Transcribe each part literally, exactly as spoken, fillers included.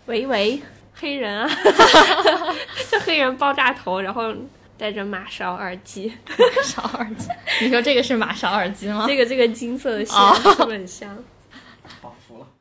喂喂，黑人啊，就黑人爆炸头，然后戴着马勺耳机。 马勺耳机？你说这个是马勺耳机吗？ 这个这个金色的线、哦、是不是很像？ 好服了。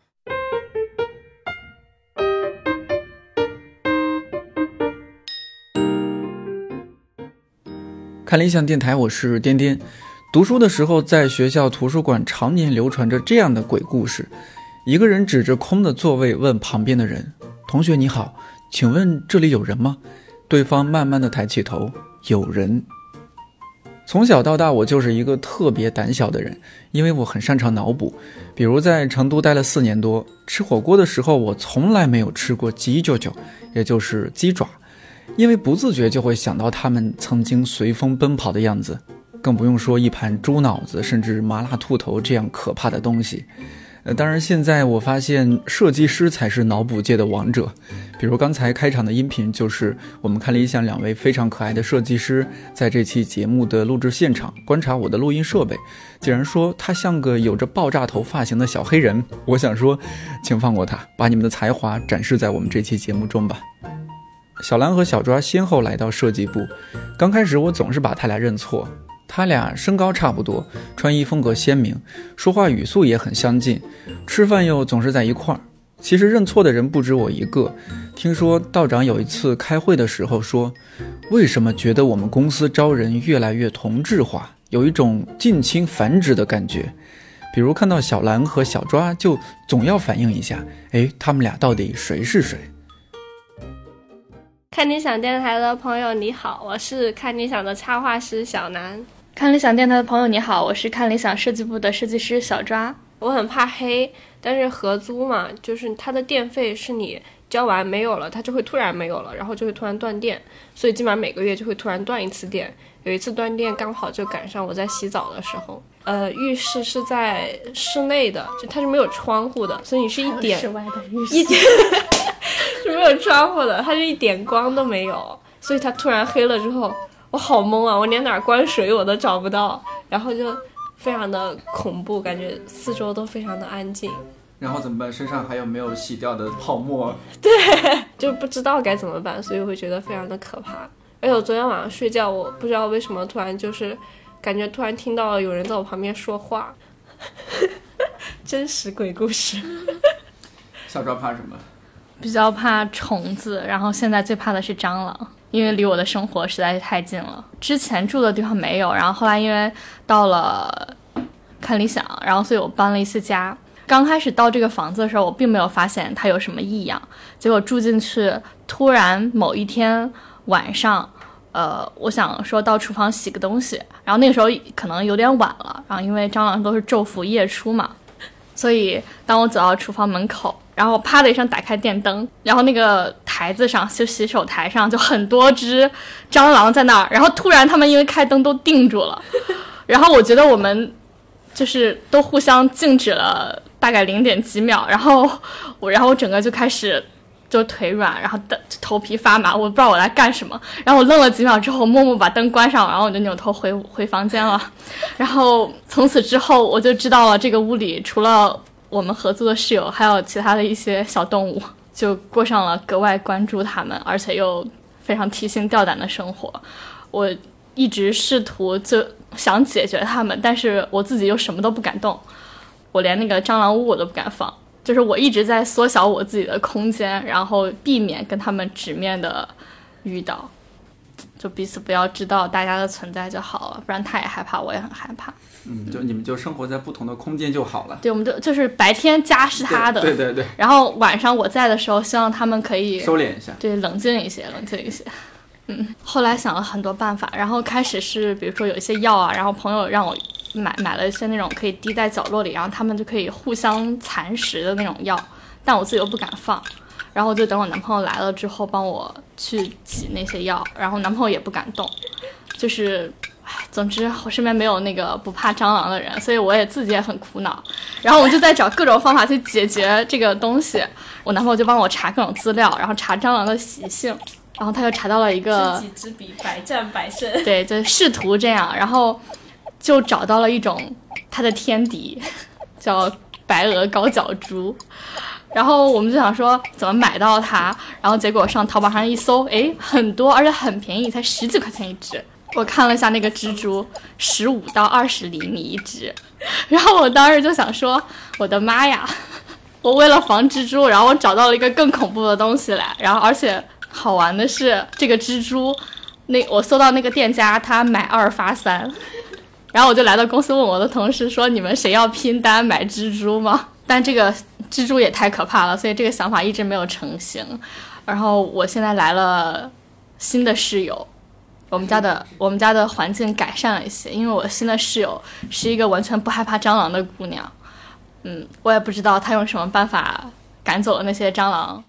看理想电台，我是颠颠。读书的时候，在学校图书馆常年流传着这样的鬼故事。一个人指着空的座位问旁边的人：同学你好，请问这里有人吗？对方慢慢地抬起头，有人。从小到大，我就是一个特别胆小的人，因为我很擅长脑补。比如在成都待了四年多，吃火锅的时候，我从来没有吃过鸡脚脚，也就是鸡爪，因为不自觉就会想到他们曾经随风奔跑的样子，更不用说一盘猪脑子甚至麻辣兔头这样可怕的东西。呃，当然现在我发现设计师才是脑补界的王者，比如刚才开场的音频就是我们看理想两位非常可爱的设计师在这期节目的录制现场观察我的录音设备，竟然说他像个有着爆炸头发型的小黑人。我想说，请放过他，把你们的才华展示在我们这期节目中吧。小兰和小抓先后来到设计部，刚开始我总是把他俩认错，他俩身高差不多，穿衣风格鲜明，说话语速也很相近，吃饭又总是在一块儿。其实认错的人不止我一个，听说道长有一次开会的时候说，为什么觉得我们公司招人越来越同质化，有一种近亲繁殖的感觉。比如看到小兰和小抓就总要反映一下，诶，他们俩到底谁是谁。 看理想电台的朋友你好，我是看理想的插画师小南。 看理想电台的朋友你好，我是看理想设计部的设计师小抓。 我很怕黑，但是合租嘛，就是它的电费是你交完没有了，它就会突然没有了，然后就会突然断电，所以基本上每个月就会突然断一次电。有一次断电刚好就赶上我在洗澡的时候，呃，浴室是在室内的，就它是没有窗户的，所以你是一点室外的浴室一点是没有窗户的，它是一点光都没有，所以它突然黑了之后，我好懵啊，我连哪儿关水我都找不到，然后就非常的恐怖，感觉四周都非常的安静。 然后怎么办？身上还有没有洗掉的泡沫？ 对，就不知道该怎么办，所以我会觉得非常的可怕。而且我昨天晚上睡觉，我不知道为什么突然就是感觉突然听到有人在我旁边说话。真实鬼故事。 小抓怕什么？ 比较怕虫子，然后现在最怕的是蟑螂，因为离我的生活实在是太近了。之前住的地方没有，然后后来因为到了看理想，然后所以我搬了一次家。刚开始到这个房子的时候，我并没有发现它有什么异样，结果住进去，突然某一天晚上，呃，我想说到厨房洗个东西，然后那个时候可能有点晚了，然后因为蟑螂都是昼伏夜出嘛，所以当我走到厨房门口，然后啪的一声打开电灯，然后那个台子上就洗手台上就很多只蟑螂在那儿，然后突然他们因为开灯都定住了，然后我觉得我们就是都互相静止了大概零点几秒，然后我然后我整个就开始就腿软，然后头皮发麻，我不知道我在干什么，然后我愣了几秒之后默默把灯关上，然后我就扭头回回房间了。然后从此之后我就知道了这个屋里除了我们合租的室友还有其他的一些小动物，就过上了格外关注他们而且又非常提心吊胆的生活。我一直试图就想解决他们，但是我自己又什么都不敢动，我连那个蟑螂屋我都不敢放，就是我一直在缩小我自己的空间，然后避免跟他们直面的遇到，就彼此不要知道大家的存在就好了，不然他也害怕，我也很害怕。 嗯，就你们就生活在不同的空间就好了。 对，我们就就是白天家是他的， 对对对对， 然后晚上我在的时候，希望他们可以收敛一下， 对，冷静一些，冷静一些。嗯，后来想了很多办法，然后开始是比如说有一些药啊，然后朋友让我买买了一些那种可以滴在角落里，然后他们就可以互相蚕食的那种药，但我自己又不敢放，然后就等我男朋友来了之后帮我去挤那些药，然后男朋友也不敢动，就是总之我身边没有那个不怕蟑螂的人，所以我也自己也很苦恼，然后我就在找各种方法去解决这个东西。我男朋友就帮我查各种资料，然后查蟑螂的习性，然后他就查到了一个知己知彼，百战百胜。 对，就试图这样，然后就找到了一种它的天敌，叫白额高脚蛛。 然后我们就想说怎么买到它，然后结果上淘宝上一搜，诶，很多，而且很便宜，才十几块钱一只。我看了一下那个蜘蛛，十五到二十厘米一只，然后我当时就想说，我的妈呀！我为了防蜘蛛，然后我找到了一个更恐怖的东西来，然后而且好玩的是，这个蜘蛛，那我搜到那个店家，他买二发三，然后我就来到公司问我的同事说，你们谁要拼单买蜘蛛吗？但这个蜘蛛也太可怕了，所以这个想法一直没有成型。然后我现在来了新的室友。我们家的我们家的环境改善了一些，因为我新的室友是一个完全不害怕蟑螂的姑娘，嗯，我也不知道她用什么办法赶走了那些蟑螂。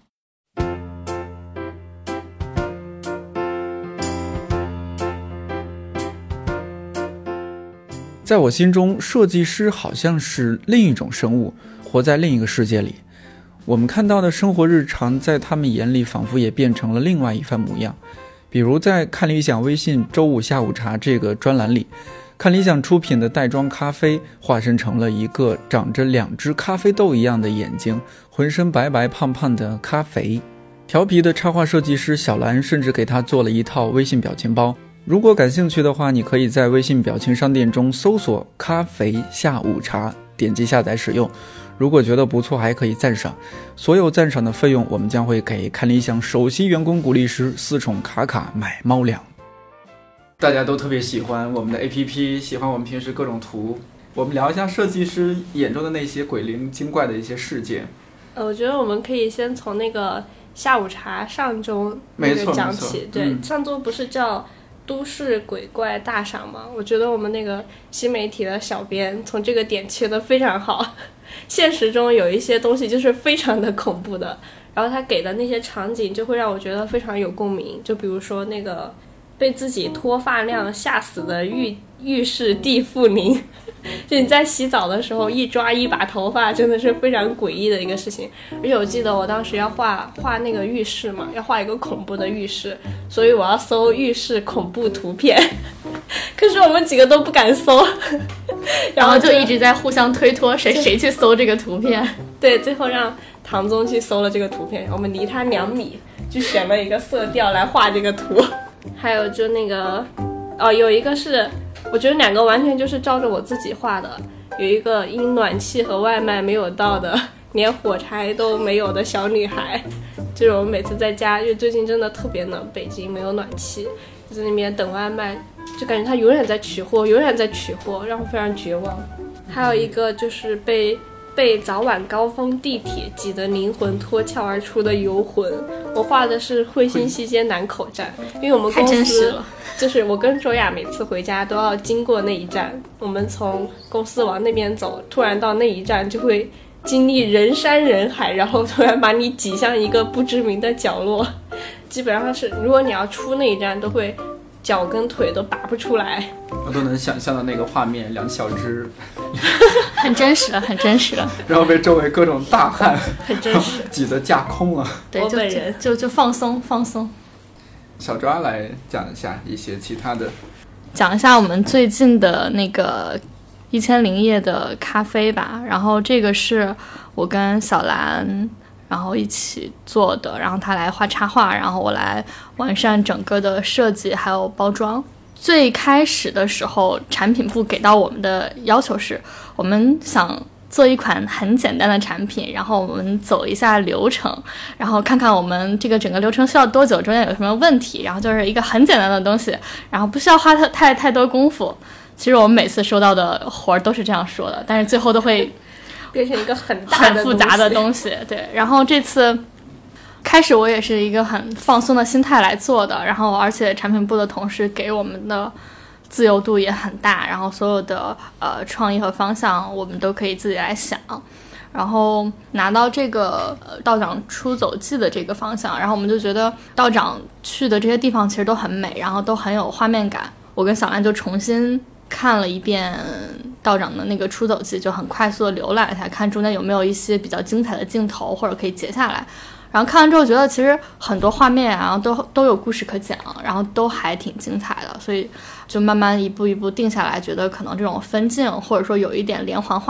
在我心中，设计师好像是另一种生物，活在另一个世界里。我们看到的生活日常，在他们眼里仿佛也变成了另外一番模样。比如在看理想微信周五下午茶这个专栏里，看理想出品的袋装咖啡化身成了一个长着两只咖啡豆一样的眼睛，浑身白白胖胖的咖啡。调皮的插画设计师小兰甚至给他做了一套微信表情包，如果感兴趣的话，你可以在微信表情商店中搜索咖啡下午茶，点击下载使用。如果觉得不错，还可以赞赏，所有赞赏的费用我们将会给看理想首席员工鼓励师四宠卡卡买猫粮。大家都特别喜欢我们的 A P P， 喜欢我们平时各种图。我们聊一下设计师眼中的那些鬼灵精怪的一些事件。 呃，我觉得我们可以先从那个下午茶上周那个讲起。对、嗯，上周不是叫都市鬼怪大赏吗？我觉得我们那个新媒体的小编从这个点切得非常好。现实中有一些东西就是非常的恐怖的，然后他给的那些场景就会让我觉得非常有共鸣。就比如说那个被自己脱发量吓死的浴浴室地缚灵，就你在洗澡的时候一抓一把头发，真的是非常诡异的一个事情。而且我记得我当时要画画那个浴室嘛，要画一个恐怖的浴室，所以我要搜浴室恐怖图片，可是我们几个都不敢搜。 然后就一直在互相推脱，谁谁去搜这个图片。 对，最后让唐宗去搜了这个图片，我们离他两米，就选了一个色调来画这个图。还有就那个，哦，有一个是，我觉得两个完全就是照着我自己画的。有一个因暖气和外卖没有到的，连火柴都没有的小女孩，就是我们每次在家，因为最近真的特别冷，北京没有暖气，就在那边等外卖。就感觉他永远在取货，永远在取货，让我非常绝望。还有一个就是被被早晚高峰地铁挤得灵魂脱壳而出的游魂，我画的是惠新西街南口站，因为我们公司就是我跟卓雅每次回家都要经过那一站，我们从公司往那边走，突然到那一站就会经历人山人海，然后突然把你挤向一个不知名的角落，基本上是如果你要出那一站都会脚跟腿都拔不出来。 我都能想象到那个画面，两小只很真实很真实然后被周围各种大汉很真实挤得架空了。 对，就就就就放松放松。 小抓来讲一下一些其他的， 讲一下我们最近的那个一千零夜的咖啡吧。然后这个是我跟小兰然后一起做的，然后他来画插画，然后我来完善整个的设计还有包装。最开始的时候，产品部给到我们的要求是，我们想做一款很简单的产品，然后我们走一下流程，然后看看我们这个整个流程需要多久，中间有什么问题，然后就是一个很简单的东西，然后不需要花太太太多功夫。其实我们每次收到的活都是这样说的，但是最后都会变成一个很大的很复杂的东西。对，然后这次开始我也是一个很放松的心态来做的，然后而且产品部的同事给我们的自由度也很大，然后所有的呃创意和方向我们都可以自己来想。然后拿到这个呃道长出走记的这个方向，然后我们就觉得道长去的这些地方其实都很美，然后都很有画面感。我跟小兰就重新看了一遍道长的那个出走记，就很快速的浏览一下，看中间有没有一些比较精彩的镜头或者可以截下来。然后看完之后觉得其实很多画面然后都都有故事可讲，然后都还挺精彩的，所以就慢慢一步一步定下来，觉得可能这种分镜或者说有一点连环画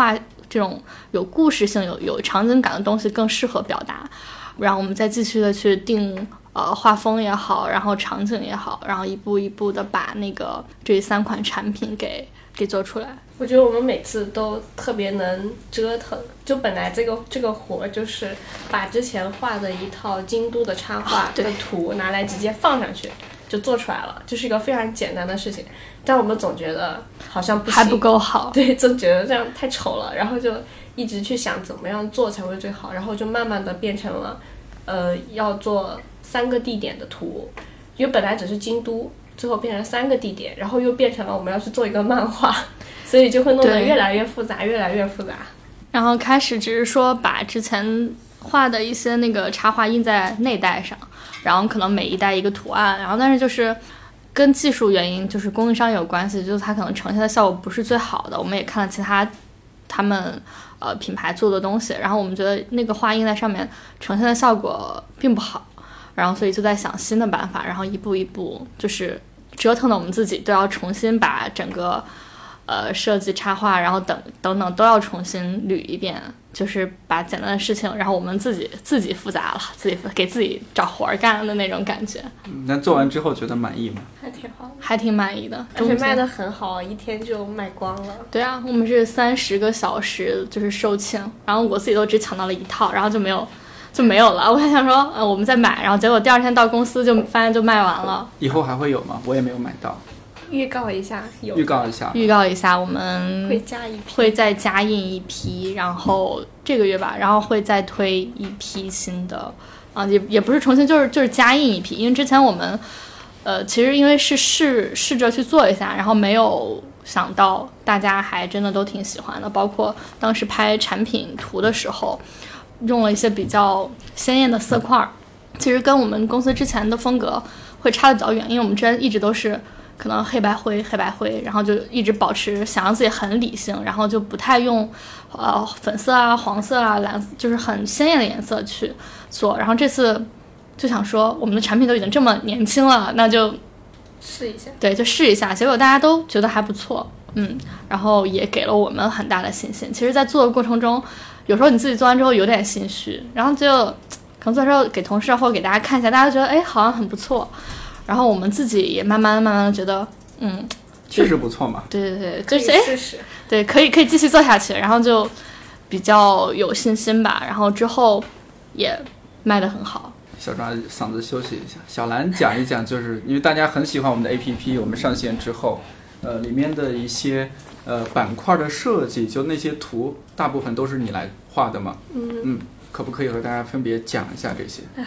这种有故事性、有有场景感的东西更适合表达，然后我们再继续的去定呃画风也好，然后场景也好，然后一步一步的把那个这三款产品给给做出来。 我觉得我们每次都特别能折腾，就本来这个这个活就是把之前画的一套京都的插画的图拿来直接放上去就做出来了，就是一个非常简单的事情，但我们总觉得好像不行， 还不够好， 对，总觉得这样太丑了，然后就一直去想怎么样做才会最好，然后就慢慢的变成了呃要做三个地点的图，因为本来只是京都，最后变成三个地点，然后又变成了我们要去做一个漫画，所以就会弄得越来越复杂越来越复杂。 然后开始只是说把之前画的一些那个插画印在内袋上，然后可能每一袋一个图案，然后但是就是跟技术原因，就是供应商有关系，就是它可能呈现的效果不是最好的。我们也看了其他他们呃品牌做的东西，然后我们觉得那个画印在上面呈现的效果并不好，然后所以就在想新的办法，然后一步一步就是折腾的我们自己都要重新把整个呃设计插画，然后等等等都要重新捋一遍，就是把简单的事情，然后我们自己自己复杂了，自己给自己找活干的那种感觉。 嗯，那做完之后觉得满意吗？ 还挺好的， 还挺满意的， 而且卖得很好，一天就卖光了。 对啊，我们是三十个小时就是售罄，然后我自己都只抢到了一套，然后就没有就没有了。我还想说，呃，我们再买，然后结果第二天到公司就发现就卖完了。 以后还会有吗？我也没有买到。 预告一下，有预告一下， 预告一下，我们会加一批， 会再加印一批，然后这个月吧，然后会再推一批新的，啊，也也不是重新，就是就是加印一批，因为之前我们，呃，其实因为是试试着去做一下，然后没有想到大家还真的都挺喜欢的，包括当时拍产品图的时候，用了一些比较鲜艳的色块，其实跟我们公司之前的风格会差得比较远，因为我们之前一直都是可能黑白灰黑白灰，然后就一直保持想让自己很理性，然后就不太用呃粉色啊黄色啊蓝，就是很鲜艳的颜色去做，然后这次就想说我们的产品都已经这么年轻了，那就试一下， 对，就试一下，结果大家都觉得还不错，嗯，然后也给了我们很大的信心。其实在做的过程中，有时候你自己做完之后有点心虚，然后就可能做的时候给同事或者给大家看一下，大家觉得哎好像很不错，然后我们自己也慢慢慢慢的觉得嗯确实不错嘛， 对对对， 可以就是哎试试， 对，可以可以继续做下去，然后就比较有信心吧，然后之后也卖得很好。 小抓嗓子休息一下，小兰讲一讲，就是因为大家很喜欢我们的 A P P， 我们上线之后，呃，里面的一些呃板块的设计，就那些图，大部分都是你来画的嘛？ 嗯嗯，可不可以和大家分别讲一下这些？ 唉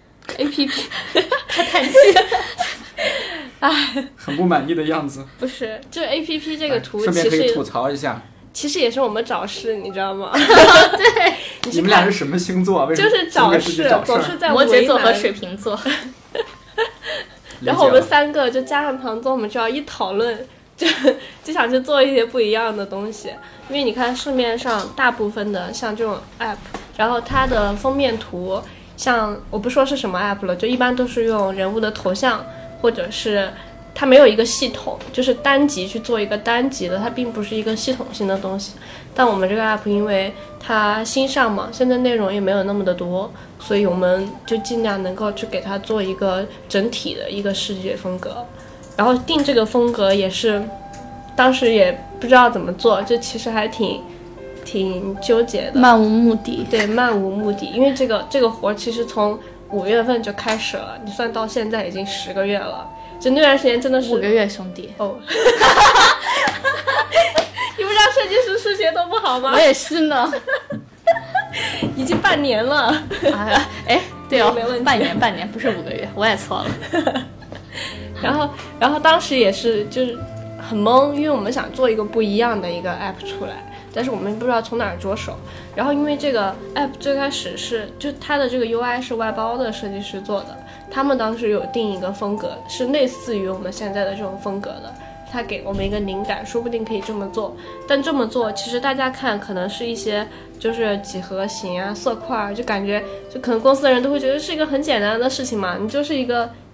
A P P 他叹气，唉， 很不满意的样子。 不是，就 A P P 这个图顺其实便可以吐槽一下。 其实也是我们找事，你知道吗？对，你, 你们俩是什么星座啊？为什么就是找事，总是在摩羯座和为难水瓶座。 然后我们三个就加上唐总，我们就要一讨论，就就想去做一些不一样的东西。因为你看市面上大部分的像这种 app， 然后它的封面图，像我不说是什么 app 了，就一般都是用人物的头像，或者是它没有一个系统，就是单集去做一个单集的，它并不是一个系统性的东西。但我们这个 app 因为它新上嘛，现在内容也没有那么的多，所以我们就尽量能够去给它做一个整体的一个视觉风格。然后定这个风格也是当时也不知道怎么做，就其实还挺挺纠结的， 漫无目的。 对，漫无目的，因为这个这个活其实从五月份就开始了，你算到现在已经十个月了，就那段时间真的是五个月，兄弟。 哦，你不知道设计师数学都不好吗？ 我也是呢， 已经半年了。 哎哎，对哦， 没问题， 半年半年不是五个月，我也错了。 然后然后当时也是就是很懵，因为我们想做一个不一样的一个 app 出来，但是我们不知道从哪儿着手。然后因为这个 app 最开始是就它的这个 U I 是外包的设计师做的，他们当时有定一个风格是类似于我们现在的这种风格的，他给我们一个灵感，说不定可以这么做。但这么做其实大家看可能是一些就是几何形啊色块，就感觉就可能公司的人都会觉得是一个很简单的事情嘛，你就是一个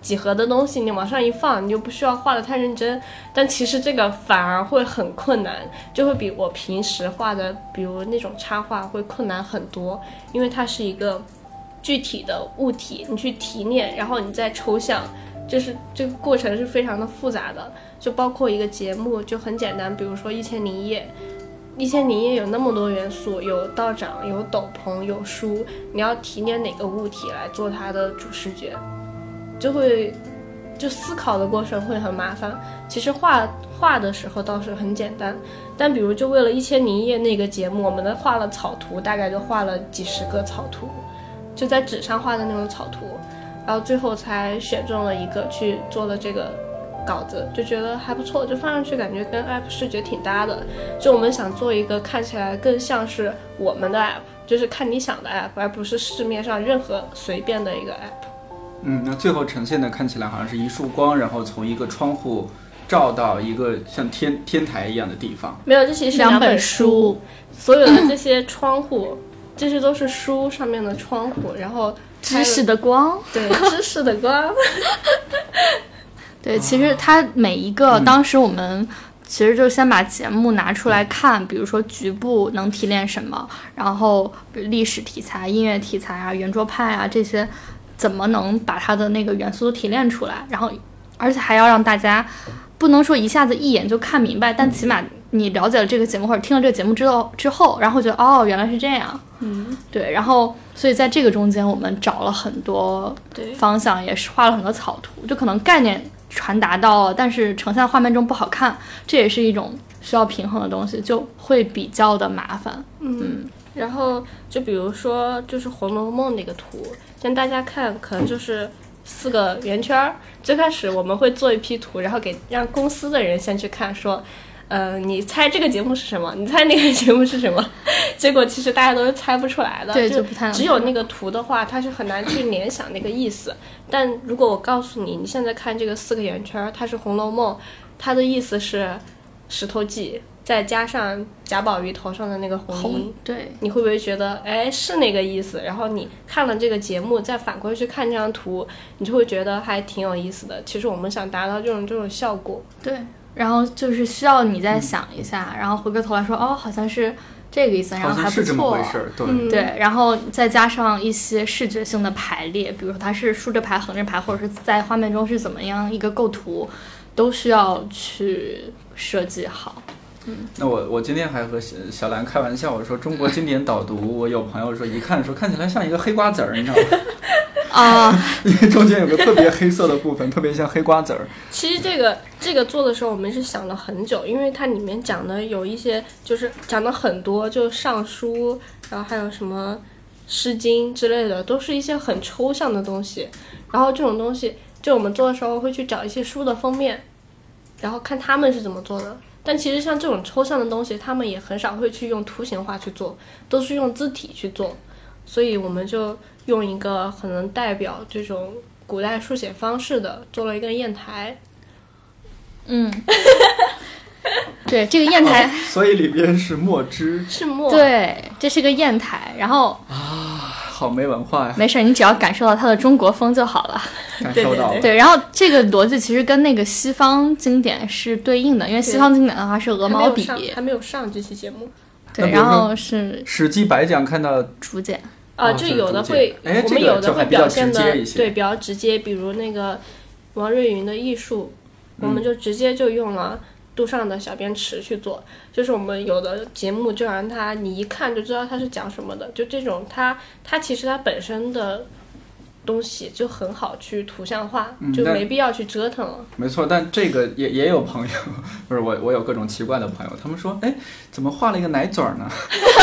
几何的东西你往上一放，你就不需要画得太认真，但其实这个反而会很困难，就会比我平时画的比如那种插画会困难很多，因为它是一个具体的物体，你去提炼，然后你再抽象，就是这个过程是非常的复杂的。就包括一个节目就很简单，比如说一千零一夜，一千零一夜有那么多元素，有道长，有斗篷，有书，你要提炼哪个物体来做它的主视觉，就会就思考的过程会很麻烦。其实画画的时候倒是很简单，但比如就为了一千零一夜那个节目，我们的画了草图，大概就画了几十个草图，就在纸上画的那种草图，然后最后才选中了一个去做了这个稿子，就觉得还不错，就放上去感觉跟 app 视觉挺搭的。就我们想做一个看起来更像是我们的 app， 就是看你想的 app， 而不是市面上任何随便的一个 app。 嗯，那最后呈现的看起来好像是一束光，然后从一个窗户照到一个像天天台一样的地方。 没有，这其实是两本书， 所有的这些窗户这些都是书上面的窗户，然后知识的光， 对，知识的光对，其实它每一个、嗯、当时我们其实就先把节目拿出来看，比如说局部能提炼什么，然后历史题材、音乐题材啊、圆桌派啊这些怎么能把它的那个元素都提炼出来，然后而且还要让大家不能说一下子一眼就看明白，但起码你了解了这个节目或者听了这个节目之后之后，然后觉得哦原来是这样， 嗯， 对，然后所以在这个中间我们找了很多方向，也是画了很多草图，就可能概念传达到了，但是呈现画面中不好看，这也是一种需要平衡的东西，就会比较的麻烦。 嗯，嗯然后就比如说就是《红楼梦》那个图，像大家看可能就是四个圆圈，最开始我们会做一批图，然后给让公司的人先去看，说呃，你猜这个节目是什么？你猜那个节目是什么？结果其实大家都是猜不出来的。 对， 就不太只有那个图的话，它是很难去联想那个意思。但如果我告诉你，你现在看这个四个圆圈，它是《红楼梦》，它的意思是石头记，再加上贾宝玉头上的那个红缨， 对， 你会不会觉得，哎，是那个意思？然后你看了这个节目，再反过去看这张图，你就会觉得还挺有意思的。其实我们想达到这种这种效果。 对。然后就是需要你再想一下、嗯、然后回过头来说哦好像是这个意思，然后还不错，好像是这么回事，对、嗯、对，然后再加上一些视觉性的排列，比如说它是竖着排横着排，或者是在画面中是怎么样一个构图，都需要去设计好。嗯， 那我我今天还和小兰开玩笑，我说中国经典导读，我有朋友说一看说看起来像一个黑瓜子儿，你知道吗？ 啊， 因为中间有个特别黑色的部分，特别像黑瓜子儿。 其实这个这个做的时候，我们是想了很久，因为它里面讲的有一些就是讲的很多，就尚书，然后还有什么诗经之类的，都是一些很抽象的东西。然后这种东西，就我们做的时候会去找一些书的封面，然后看他们是怎么做的。但其实像这种抽象的东西，他们也很少会去用图形化去做，都是用字体去做。所以我们就用一个很能代表这种古代书写方式的做了一个砚台。 嗯，对，这个砚台、哦、 所以里边是墨汁， 是墨， 对，这是个砚台。然后啊，好没文化呀。 没事，你只要感受到它的中国风就好了。 感受到了。 对, 对, 对，然后这个逻辑其实跟那个西方经典是对应的，因为西方经典的话是鹅毛笔， 还没有上这期节目。 对，然后是史记白讲看到竹简啊、呃，就有的会， 哎， 我们有的会表现的、 这个、 对比较直接，比如那个王瑞云的艺术，我们就直接就用了杜尚的小便池去做，就是我们有的节目就让它你一看就知道它是讲什么的，就这种它它其实它本身的东西就很好去图像化， 嗯、 就没必要去折腾了。 没错，但这个也也有朋友，不是我，我有各种奇怪的朋友，他们说，哎，怎么画了一个奶嘴呢？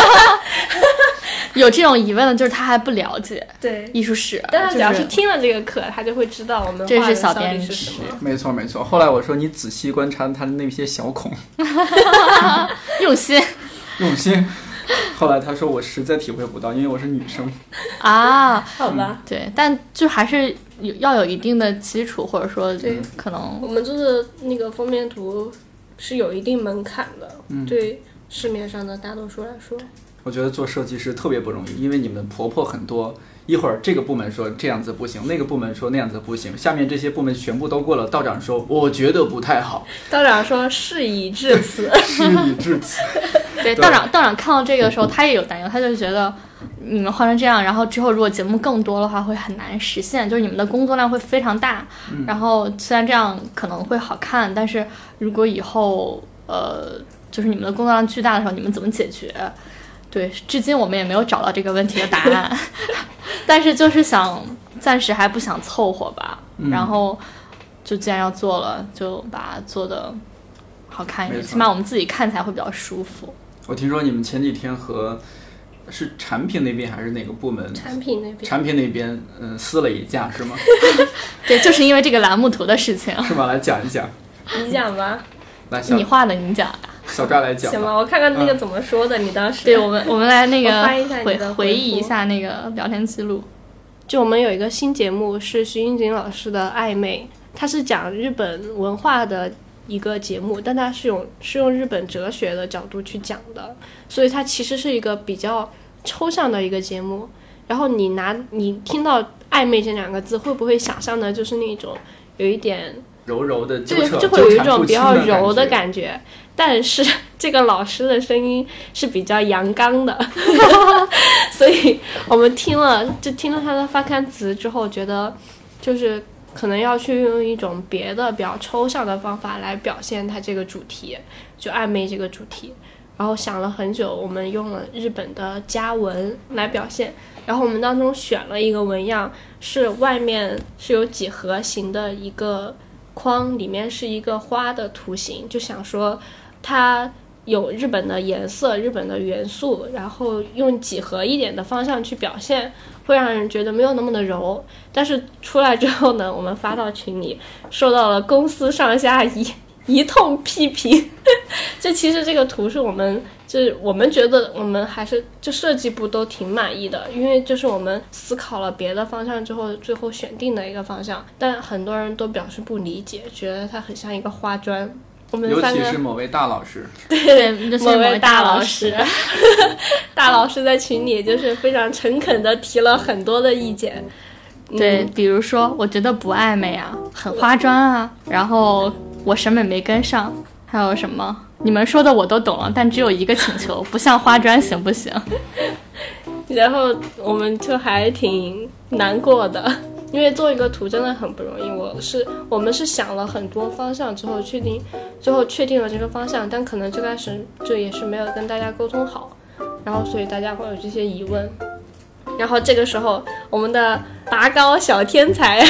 有这种疑问的，就是他还不了解对艺术史， 但他只要是听了这个课，他就会知道我们画的到底是什么。 没错没错。后来我说你仔细观察他的那些小孔， 用心用心。后来他说我实在体会不到，因为我是女生啊， 好吧、 嗯，对，但就还是有要有一定的基础，或者说对， 可能我们做的那个封面图是有一定门槛的， 嗯、 对市面上的大多数来说。 我觉得做设计师特别不容易，因为你们婆婆很多，一会儿这个部门说这样子不行，那个部门说那样子不行，下面这些部门全部都过了，道长说我觉得不太好， 道长说事已至此， 事已至此。 对，道长道长看到这个的时候，他也有担忧，他就觉得你们换成这样，然后之后如果节目更多的话，会很难实现，就是你们的工作量会非常大。嗯、然后虽然这样可能会好看，但是如果以后呃，就是你们的工作量巨大的时候，你们怎么解决？对，至今我们也没有找到这个问题的答案，但是就是想暂时还不想凑合吧，嗯、然后就既然要做了，就把它做的好看一点，起码我们自己看起来会比较舒服。 我听说你们前几天和是产品那边还是哪个部门？ 产品那边。产品那边，嗯，撕了一架是吗？ 对，就是因为这个栏目图的事情。 是吗？来讲一讲。 你讲吧。 来， 你画的，你讲。 小抓来讲。 行吧，我看看那个怎么说的。嗯、你当时。 对我们，我们来那个回回忆一下那个聊天记录。 就我们有一个新节目是徐云锦老师的暧昧，他是讲日本文化的一个节目，但它是用是用日本哲学的角度去讲的，所以它其实是一个比较抽象的一个节目。然后你拿你听到暧昧这两个字，会不会想象的就是那种有一点柔柔的纠扯，就会有一种比较柔的感觉。但是这个老师的声音是比较阳刚的所以我们听了就听了他的发刊词之后，觉得就是可能要去用一种别的比较抽象的方法来表现它这个主题，就暧昧这个主题。然后想了很久，我们用了日本的家文来表现。然后我们当中选了一个纹样，是外面是有几何形的一个框，里面是一个花的图形，就想说它有日本的颜色、日本的元素，然后用几何一点的方向去表现，会让人觉得没有那么的柔。但是出来之后呢，我们发到群里，受到了公司上下一一通批评就其实这个图是我们就是我们觉得我们还是就设计部都挺满意的，因为就是我们思考了别的方向之后最后选定的一个方向，但很多人都表示不理解，觉得它很像一个花砖。我们尤其是某位大老师， 对， 某位大老师大老师在群里就是非常诚恳的提了很多的意见。 对、嗯、比如说我觉得不暧昧啊，很花砖啊，然后我审美没跟上，还有什么你们说的我都懂了，但只有一个请求，不像花砖行不行然后我们就还挺难过的，因为做一个图真的很不容易。我是我们是想了很多方向之后确定最后确定了这个方向，但可能最开始就也是没有跟大家沟通好，然后所以大家会有这些疑问。然后这个时候我们的拔高小天才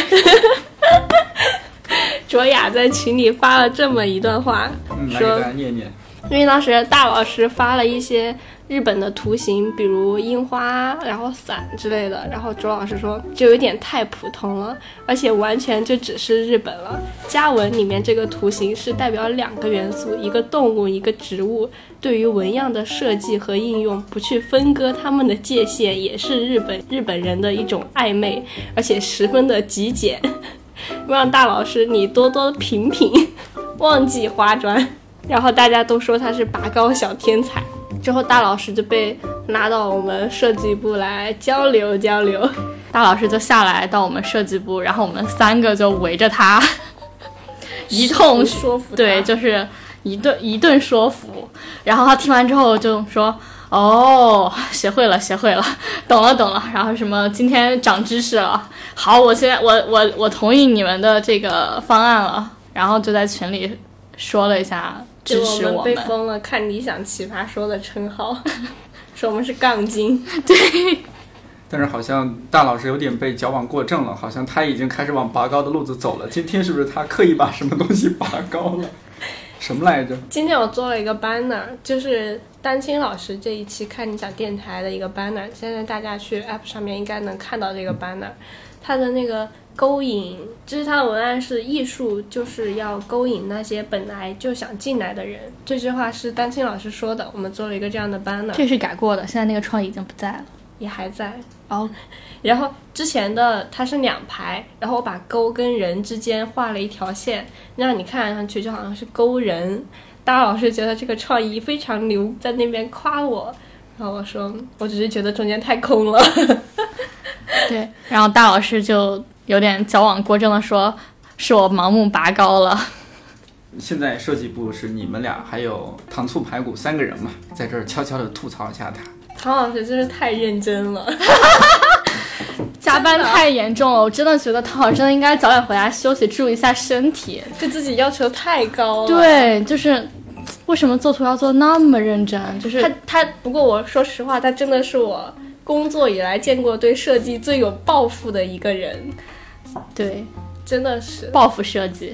卓雅在群里发了这么一段话， 嗯， 说来给大家念念。 因为当时大老师发了一些日本的图形，比如樱花然后伞之类的，然后卓老师说就有点太普通了，而且完全就只是日本了。家文里面这个图形是代表两个元素，一个动物一个植物，对于纹样的设计和应用不去分割它们的界限，也是日本日本人的一种暧昧，而且十分的极简让大老师你多多品品，忘记花砖。然后大家都说他是拔高小天才，之后大老师就被拉到我们设计部来交流交流。 大老师就下来到我们设计部，然后我们三个就围着他一通说服他， 对，就是一顿一顿说服。然后他听完之后就说哦，学会了学会了，懂了懂了，然后什么今天长知识了，好，我现在我我我同意你们的这个方案了。然后就在群里说了一下支持我们， 我们被封了看理想奇葩说的称号说我们是杠精。 对， 但是好像大老师有点被矫枉过正了，好像他已经开始往拔高的路子走了。今天是不是他刻意把什么东西拔高了？什么来着？ 今天我做了一个 banner， 就是丹青老师这一期看理想电台的一个 banner， 现在大家去 app 上面应该能看到这个 banner， 它的那个勾引，就是它的文案是艺术就是要勾引那些本来就想进来的人，这句话是丹青老师说的，我们做了一个这样的 banner。 这是改过的，现在那个创意已经不在了。 也还在哦。 然后之前的它是两排，然后我把勾跟人之间画了一条线，让你看上去就好像是勾人。大老师觉得这个创意非常牛，在那边夸我， 然后我说我只是觉得中间太空了。 对，然后大老师就有点矫枉过正的说是我盲目拔高了。 现在设计部是你们俩还有糖醋排骨三个人嘛，在这儿悄悄的吐槽一下他。 唐老师真是太认真了。 加班太严重了，我真的觉得唐老师真的应该早点回家休息，注意一下身体， 对自己要求太高了。 对，就是为什么做图要做那么认真？就是他他，不过我说实话，他真的是我工作以来见过对设计最有抱负的一个人。 对， 真的是抱负设计。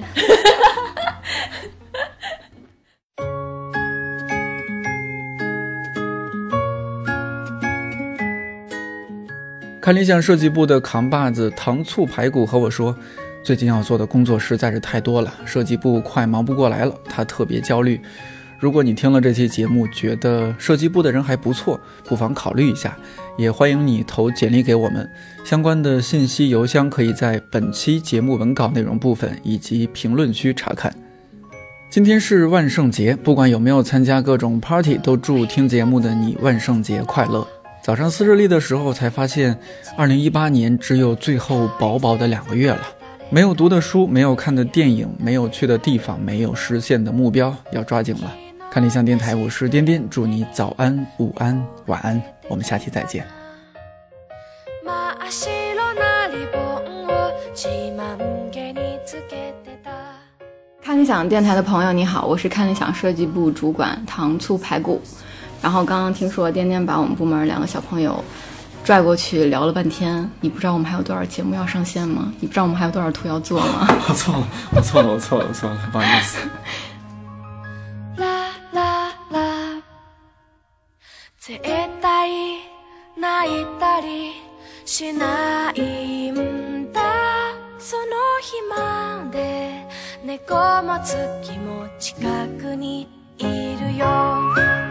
看理想设计部的扛把子糖醋排骨和我说，最近要做的工作实在是太多了，设计部快忙不过来了，他特别焦虑。如果你听了这期节目觉得设计部的人还不错，不妨考虑一下，也欢迎你投简历给我们，相关的信息邮箱可以在本期节目文稿内容部分以及评论区查看。今天是万圣节，不管有没有参加各种 party， 都祝听节目的你万圣节快乐。早上撕日历的时候才发现二零一八年只有最后薄薄的两个月了，没有读的书，没有看的电影，没有去的地方，没有实现的目标，要抓紧了。看理想电台，我是颠颠，祝你早安、午安、晚安，我们下期再见。 看理想电台的朋友你好，我是看理想设计部主管糖醋排骨。然后刚刚听说颠颠把我们部门两个小朋友拽过去聊了半天，你不知道我们还有多少节目要上线吗？你不知道我们还有多少图要做吗？ 我错了，我错了，我错了，我错了，不好意思。 絶対泣いたりしないんだ、その日まで猫も月も近くにいるよ。